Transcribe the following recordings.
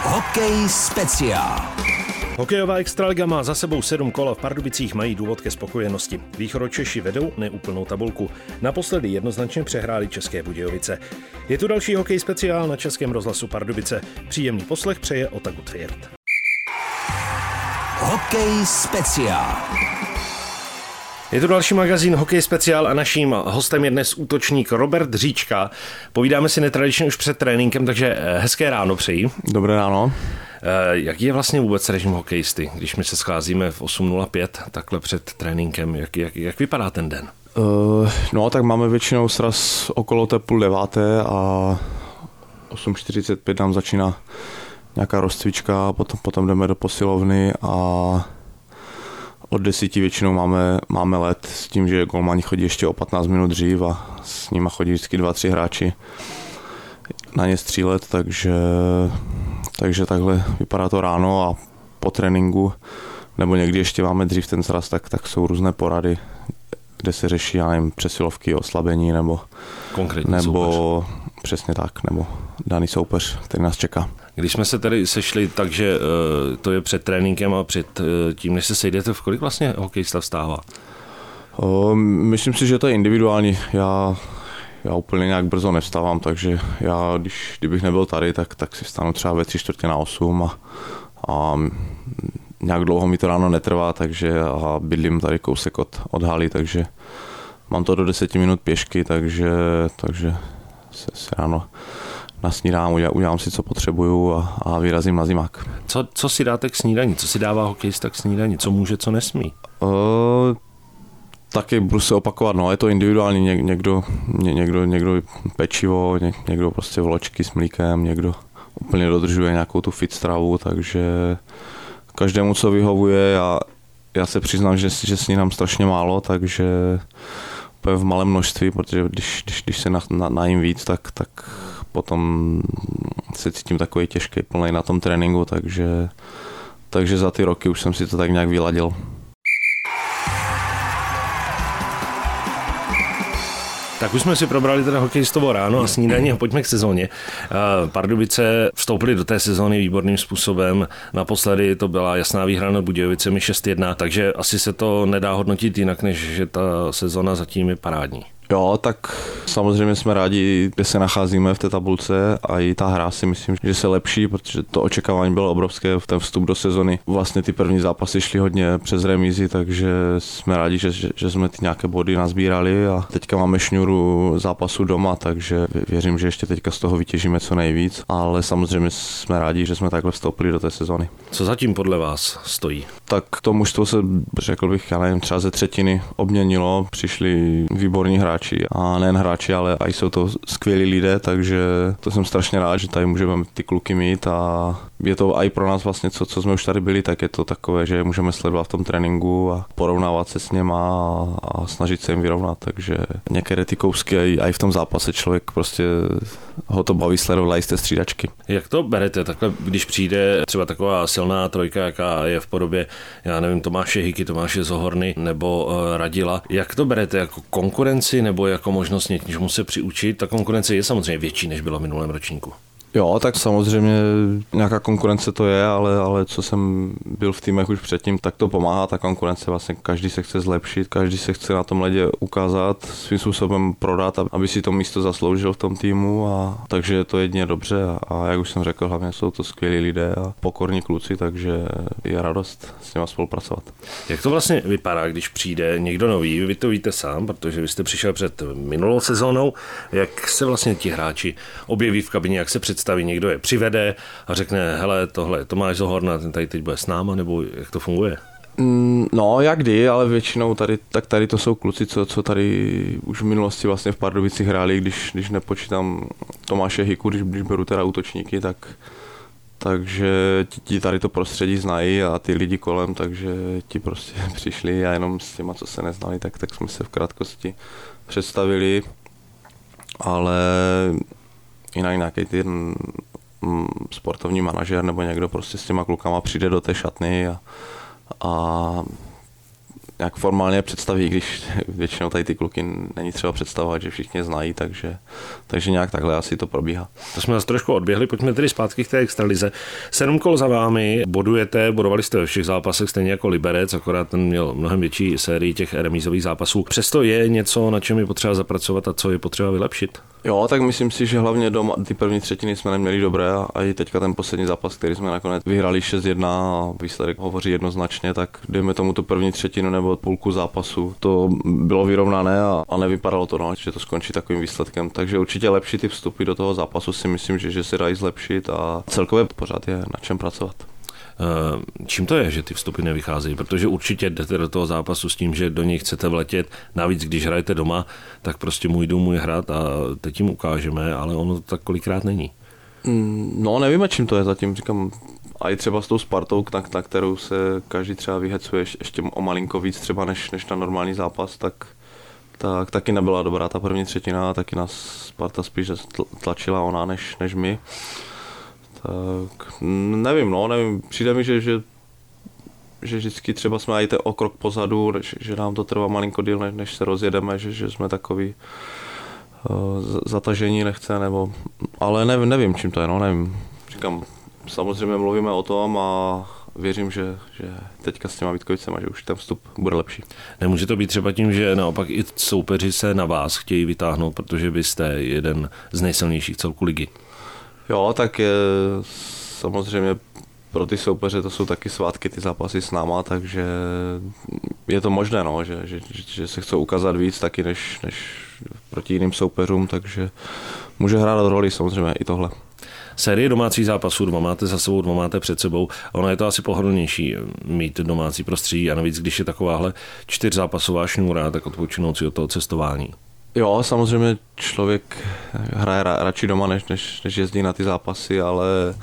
Hokej speciál. Hokejová extraliga má za sebou 7 kol a v Pardubicích mají důvod ke spokojenosti. Východočeši vedou neúplnou tabulku. Naposledy jednoznačně přehráli České Budějovice. Je tu další hokej speciál na Českém rozhlasu Pardubice. Příjemný poslech přeje Otaku Tvěrt. Hokej speciál. Je to další magazín Hokej speciál a naším hostem je dnes útočník Robert Říčka. Povídáme si netradičně už před tréninkem, takže hezké ráno přeji. Dobré ráno. Jaký je vlastně vůbec režim hokejisty, když my se scházíme v 8:05 takhle před tréninkem? Jak vypadá ten den? No tak máme většinou sraz okolo té 8:30 a 8:45 nám začíná nějaká rozcvička, potom jdeme do posilovny a od 10 většinou máme let s tím, že golmani chodí ještě o 15 minut dřív a s nima chodí vždycky 2-3 hráči na ně střílet, takže takhle vypadá to ráno a po tréninku, nebo někdy ještě máme dřív ten sraz, tak jsou různé porady, kde se řeší, já nevím, přesilovky, oslabení nebo soupeř. Přesně tak, nebo daný soupeř, který nás čeká. Když jsme se tady sešli, takže to je před tréninkem a před tím, než se sejdete, v kolik vlastně hokejista vstává? Myslím si, že to je individuální. Já úplně nějak brzo nevstávám, takže kdybych nebyl tady, tak si vstanu třeba ve 7:45 a nějak dlouho mi to ráno netrvá, takže a bydlím tady kousek od haly, takže mám to do 10 minut pěšky, takže se ráno nasnídám, udělám si, co potřebuju a vyrazím na zimák. Co si dáte k snídani? Co si dává hokejista k snídani? Co může, co nesmí? Taky budu se opakovat, no, je to individuální, někdo pečivo, někdo prostě vločky s mlíkem, někdo úplně dodržuje nějakou tu fit stravu, takže každému, co vyhovuje, já se přiznám, že snídám strašně málo, takže úplně v malém množství, protože když se najím víc, tak potom se cítím takový těžký, plný na tom tréninku, takže za ty roky už jsem si to tak nějak vyladil. Tak už jsme si probrali teda hokejistovo ráno a snídaní a pojďme k sezóně. Pardubice vstoupily do té sezóny výborným způsobem. Naposledy to byla jasná výhra nad Budějovicemi 6:1, takže asi se to nedá hodnotit jinak, než že ta sezóna zatím je parádní. Jo, tak samozřejmě jsme rádi, kde se nacházíme v té tabulce a i ta hra si myslím, že se lepší, protože to očekávání bylo obrovské v ten vstup do sezony. Vlastně ty první zápasy šly hodně přes remízy, takže jsme rádi, že jsme ty nějaké body nazbírali a teďka máme šňůru zápasů doma, takže věřím, že ještě teďka z toho vytěžíme co nejvíc, ale samozřejmě jsme rádi, že jsme takhle vstoupili do té sezony. Co zatím podle vás stojí? Tak to mužstvo se, řekl bych, já nevím, třeba ze třetiny obměnilo, přišli výborní hráči a nejen hráči, ale i jsou to skvělí lidé, takže to jsem strašně rád, že tady můžeme ty kluky mít a je to i pro nás vlastně, co jsme už tady byli, tak je to takové, že můžeme sledovat v tom tréninku a porovnávat se s něma a snažit se jim vyrovnat, takže některé ty kousky i v tom zápase člověk prostě ho to baví sledovat i z té střídačky. Jak to berete takhle, když přijde třeba taková silná trojka, jaká je v podobě, já nevím, Tomáše Hiky, Tomáše Zohorny nebo Radila, jak to berete jako konkurenci nebo jako možnost něčemu se přiučit? Ta konkurence je samozřejmě větší, než byla v minulém ročníku. Jo, tak samozřejmě nějaká konkurence to je, ale co jsem byl v týmech už předtím, tak to pomáhá ta konkurence. Vlastně každý se chce zlepšit, každý se chce na tom ledě ukázat, svým způsobem prodat, aby si to místo zasloužil v tom týmu, a takže je to jedině dobře a jak už jsem řekl, hlavně jsou to skvělí lidé a pokorní kluci, takže je radost s nimi spolupracovat. Jak to vlastně vypadá, když přijde někdo nový? Vy to víte sám, protože vy jste přišel před minulou sezónou. Jak se vlastně ti hráči objeví v kabině, jak se představí, někdo je přivede a řekne, hele, tohle je Tomáš Zohorna, ten tady teď bude s náma, nebo jak to funguje? No, jak kdy, ale většinou tady to jsou kluci, co tady už v minulosti vlastně v Pardubicích hráli, když nepočítám Tomáše Hiku, když beru teda útočníky, takže ti tady to prostředí znají a ty lidi kolem, takže ti prostě přišli a jenom s těma, co se neznali, tak jsme se v krátkosti představili, ale jinak nějaký ten sportovní manažer nebo někdo prostě s těma klukama přijde do té šatny a nějak formálně představí, když většinou tady ty kluky není třeba představovat, že všichni znají, takže nějak takhle asi to probíhá. To jsme zase trošku odběhli, pojďme tedy zpátky k té extralize. 7 kol za vámi, bodovali jste ve všech zápasech stejně jako Liberec, akorát ten měl mnohem větší sérii těch remízových zápasů. Přesto je něco, na čem je potřeba zapracovat a co je potřeba vylepšit? Jo, tak myslím si, že hlavně doma ty první třetiny jsme neměli dobré a i teďka ten poslední zápas, který jsme nakonec vyhrali 6-1 a výsledek hovoří jednoznačně, tak dejme tomu tu první třetinu nebo půlku zápasu. To bylo vyrovnané a nevypadalo to, no, že to skončí takovým výsledkem. Takže určitě lepší ty vstupy do toho zápasu si myslím, že se dají zlepšit a celkově pořád je na čem pracovat. Čím to je, že ty vstupy nevycházejí? Protože určitě jdete do toho zápasu s tím, že do něj chcete vletět. Navíc, když hrajete doma, tak prostě můj dům, můj hrad a teď jim ukážeme, ale ono to tak kolikrát není. No, nevíme, čím to je zatím. Říkám, a i třeba s tou Spartou, na kterou se každý třeba vyhecuje ještě o malinko víc třeba než na normální zápas, tak taky nebyla dobrá ta první třetina a taky nás Sparta spíš tlačila ona než my. Tak nevím, přijde mi, že vždycky třeba jsme ajte o krok pozadu, že nám to trvá malinko díl, než se rozjedeme, že jsme takový zatažení nechce, ale nevím, čím to je, nevím. Říkám, samozřejmě mluvíme o tom a věřím, že teďka s těma Vítkovicema, že už ten vstup bude lepší. Nemůže to být třeba tím, že naopak i soupeři se na vás chtějí vytáhnout, protože vy jste jeden z nejsilnějších celků ligy? Jo, tak je, samozřejmě pro ty soupeře to jsou taky svátky, ty zápasy s náma, takže je to možné, že se chcou ukázat víc taky než proti jiným soupeřům, takže může hrát roli samozřejmě i tohle. Série domácích zápasů, 2 máte za sebou, 2 máte před sebou. Ono je to asi pohodlnější mít domácí prostředí a navíc, když je takováhle 4zápasová šňůra, tak odpočinout si od toho cestování. Jo, samozřejmě člověk hraje radši doma, než jezdí na ty zápasy, ale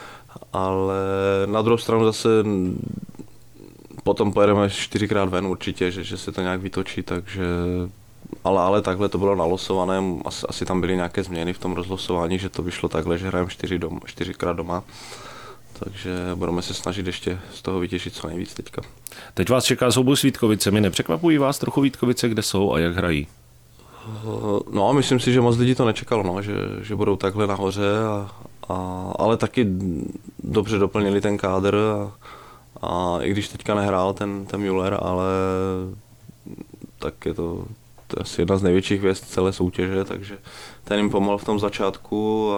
na druhou stranu zase potom pojedeme 4krát ven určitě, že se to nějak vytočí, takže ale takhle to bylo nalosované, asi tam byly nějaké změny v tom rozlosování, že to vyšlo takhle, že hrajeme 4krát doma. Takže budeme se snažit ještě z toho vytěžit co nejvíc teďka. Teď vás čeká souboj s Vítkovicemi. Nepřekvapují vás trochu Vítkovice, kde jsou a jak hrají? No, myslím si, že moc lidí to nečekalo, že budou takhle nahoře, ale taky dobře doplnili ten kádr a i když teďka nehrál ten Müller, ale tak je to asi jedna z největších hvězd celé soutěže, takže ten jim pomohl v tom začátku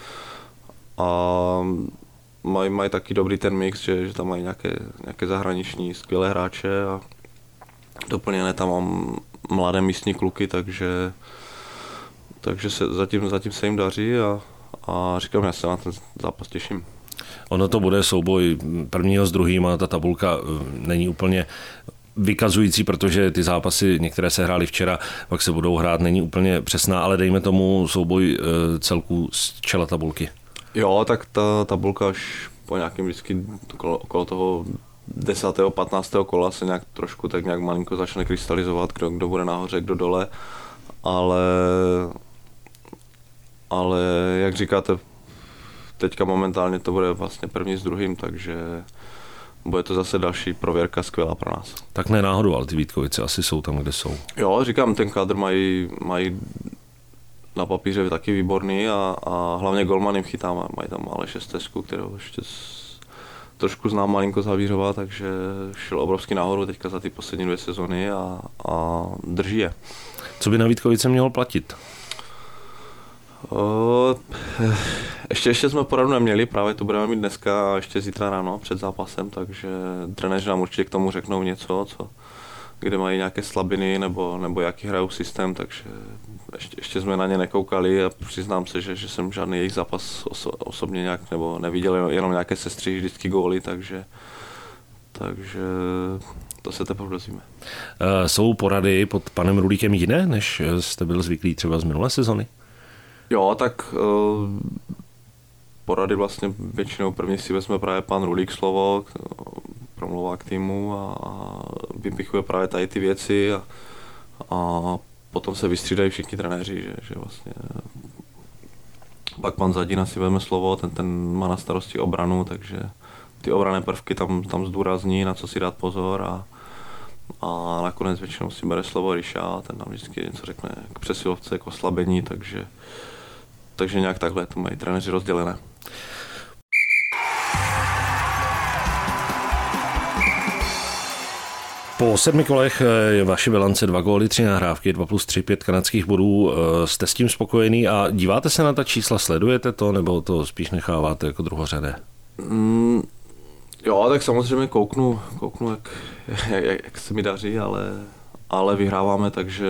a mají taky dobrý ten mix, že tam mají nějaké zahraniční skvělé hráče a doplněné tam mám mladé místní kluky, takže se zatím se jim daří a říkám, já se na ten zápas těším. Ono to bude souboj prvního s druhým a ta tabulka není úplně vykazující, protože ty zápasy, některé se hrály včera, pak se budou hrát, není úplně přesná, ale dejme tomu souboj celků z čela tabulky. Jo, tak ta tabulka až po nějakém vždycky okolo toho 10. 15. kola se nějak trošku tak nějak malinko začne krystalizovat, kdo bude nahoře, kdo dole, ale jak říkáte, teďka momentálně to bude vlastně první s druhým, takže bude to zase další prověrka skvělá pro nás. Tak ne náhodou, ale ty Vítkovice asi jsou tam, kde jsou. Jo, říkám, ten kádr mají na papíře taky výborný a hlavně golman jim chytá, mají tam Aleše Stezku, kterého ještě trošku znám malinko z Havířova, takže šel obrovský nahoru teďka za ty poslední 2 sezony a drží je. Co by na Vítkovice mělo platit? Ještě jsme poradu neměli, právě to budeme mít dneska a ještě zítra ráno před zápasem, takže trenéři nám určitě k tomu řeknou něco, kde mají nějaké slabiny nebo jaký hrajou systém, takže ještě jsme na ně nekoukali a přiznám se, že jsem žádný jejich zápas osobně nějak nebo neviděl, jenom nějaké sestřihy, vždycky góly, takže to se teprve dozvíme. Jsou porady pod panem Rulíkem jiné, než jste byl zvyklý třeba z minulé sezony? Jo, tak porady vlastně většinou první si vezme právě pan Rulík slovo, promluvá k týmu a vypichuje právě tady ty věci a potom se vystřídají všichni trenéři, že vlastně pak pan Zadina si vezme slovo, ten má na starosti obranu, takže ty obranné prvky tam zdůrazní, na co si dát pozor a nakonec většinou si bere slovo Ryša a ten nám vždycky něco řekne k přesilovce, k oslabení, takže nějak takhle to mají trenéři rozdělené. Po 7 kolech je vaše bilance 2 góly, 3 nahrávky, 2+3, 5 kanadských bodů. Jste s tím spokojený a díváte se na ta čísla, sledujete to, nebo to spíš necháváte jako druhořadé? Jo, tak samozřejmě kouknu jak se mi daří, ale vyhráváme, takže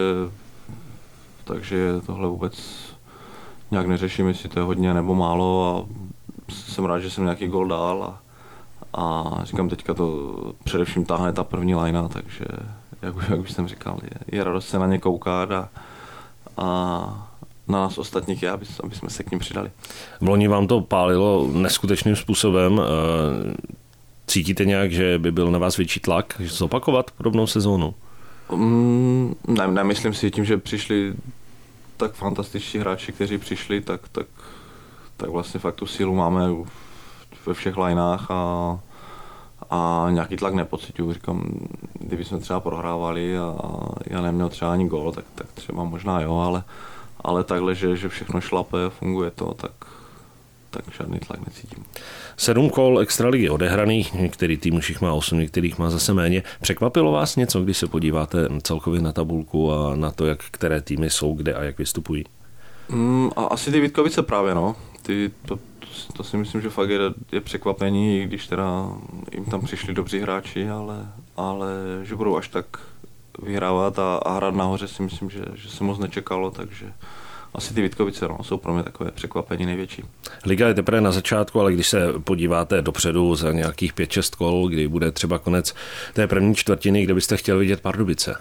tohle vůbec nějak neřeším, jestli to je hodně nebo málo a jsem rád, že jsem nějaký gól dal a říkám, teďka to především táhne ta první lajna, takže jak už jsem říkal, je radost se na ně koukat a na nás ostatních je, aby jsme se k ním přidali. V loni vám to pálilo neskutečným způsobem. Cítíte nějak, že by byl na vás větší tlak zopakovat podobnou sezónu? Nemyslím si, tím, že přišli tak fantastičtí hráči, kteří přišli, tak vlastně fakt tu sílu máme ve všech lineách a nějaký tlak nepocituju. Říkám, kdyby jsme třeba prohrávali a já neměl třeba ani gól, tak třeba možná jo, ale takhle, že všechno šlape, funguje to, tak žádný tlak necítím. 7 kol extraligy odehraných, některý tým už jich má 8, některých má zase méně. Překvapilo vás něco, když se podíváte celkově na tabulku a na to, jak které týmy jsou kde a jak vystupují? A asi ty Vítkovice právě, no. To si myslím, že fakt je překvapení, i když teda jim tam přišli dobří hráči, ale že budou až tak vyhrávat a hrát nahoře si myslím, že se moc nečekalo, takže asi ty Vítkovice jsou pro mě takové překvapení největší. Liga je teprve na začátku, ale když se podíváte dopředu za nějakých 5-6 kol, kdy bude třeba konec té první čtvrtiny, kde byste chtěl vidět Pardubice?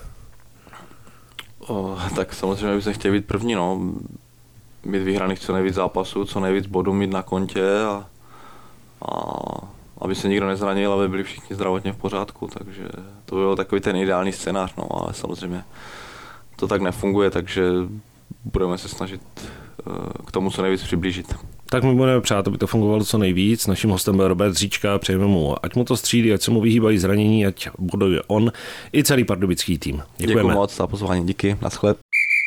Tak samozřejmě bychom chtěli být první, no. Mít vyhraných co nejvíc zápasů, co nejvíc bodů mít na kontě a aby se nikdo nezranil, aby byli všichni zdravotně v pořádku, takže to byl takový ten ideální scénář, no, ale samozřejmě to tak nefunguje, takže budeme se snažit k tomu co nejvíc přiblížit. Tak my budeme přát, aby to fungovalo co nejvíc. Naším hostem byl Robert Říčka, přejeme mu, ať mu to střílí, ať se mu vyhýbají zranění, ať boduje on i celý pardubický tým. Děkujeme. Děkuji moc za pozvání, díky, naschle.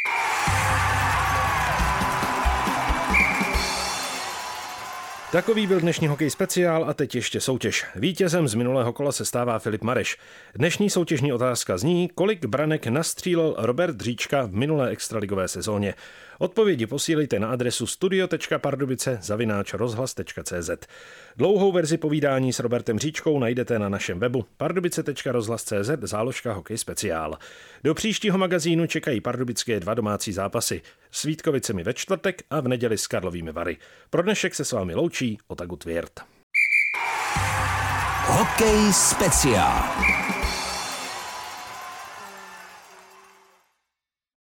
Takový byl dnešní hokej speciál a teď ještě soutěž. Vítězem z minulého kola se stává Filip Mareš. Dnešní soutěžní otázka zní, kolik branek nastřílel Robert Říčka v minulé extraligové sezóně. Odpovědi posílejte na adresu studio.pardubice@rozhlas.cz. Dlouhou verzi povídání s Robertem Říčkou najdete na našem webu pardubice.rozhlas.cz /hokej speciál. Do příštího magazínu čekají pardubické 2 domácí zápasy s Vítkovicemi ve čtvrtek a v neděli s Karlovými Vary. Pro dnešek se s vámi loučí Otagut Tvěrt. Hokej speciál.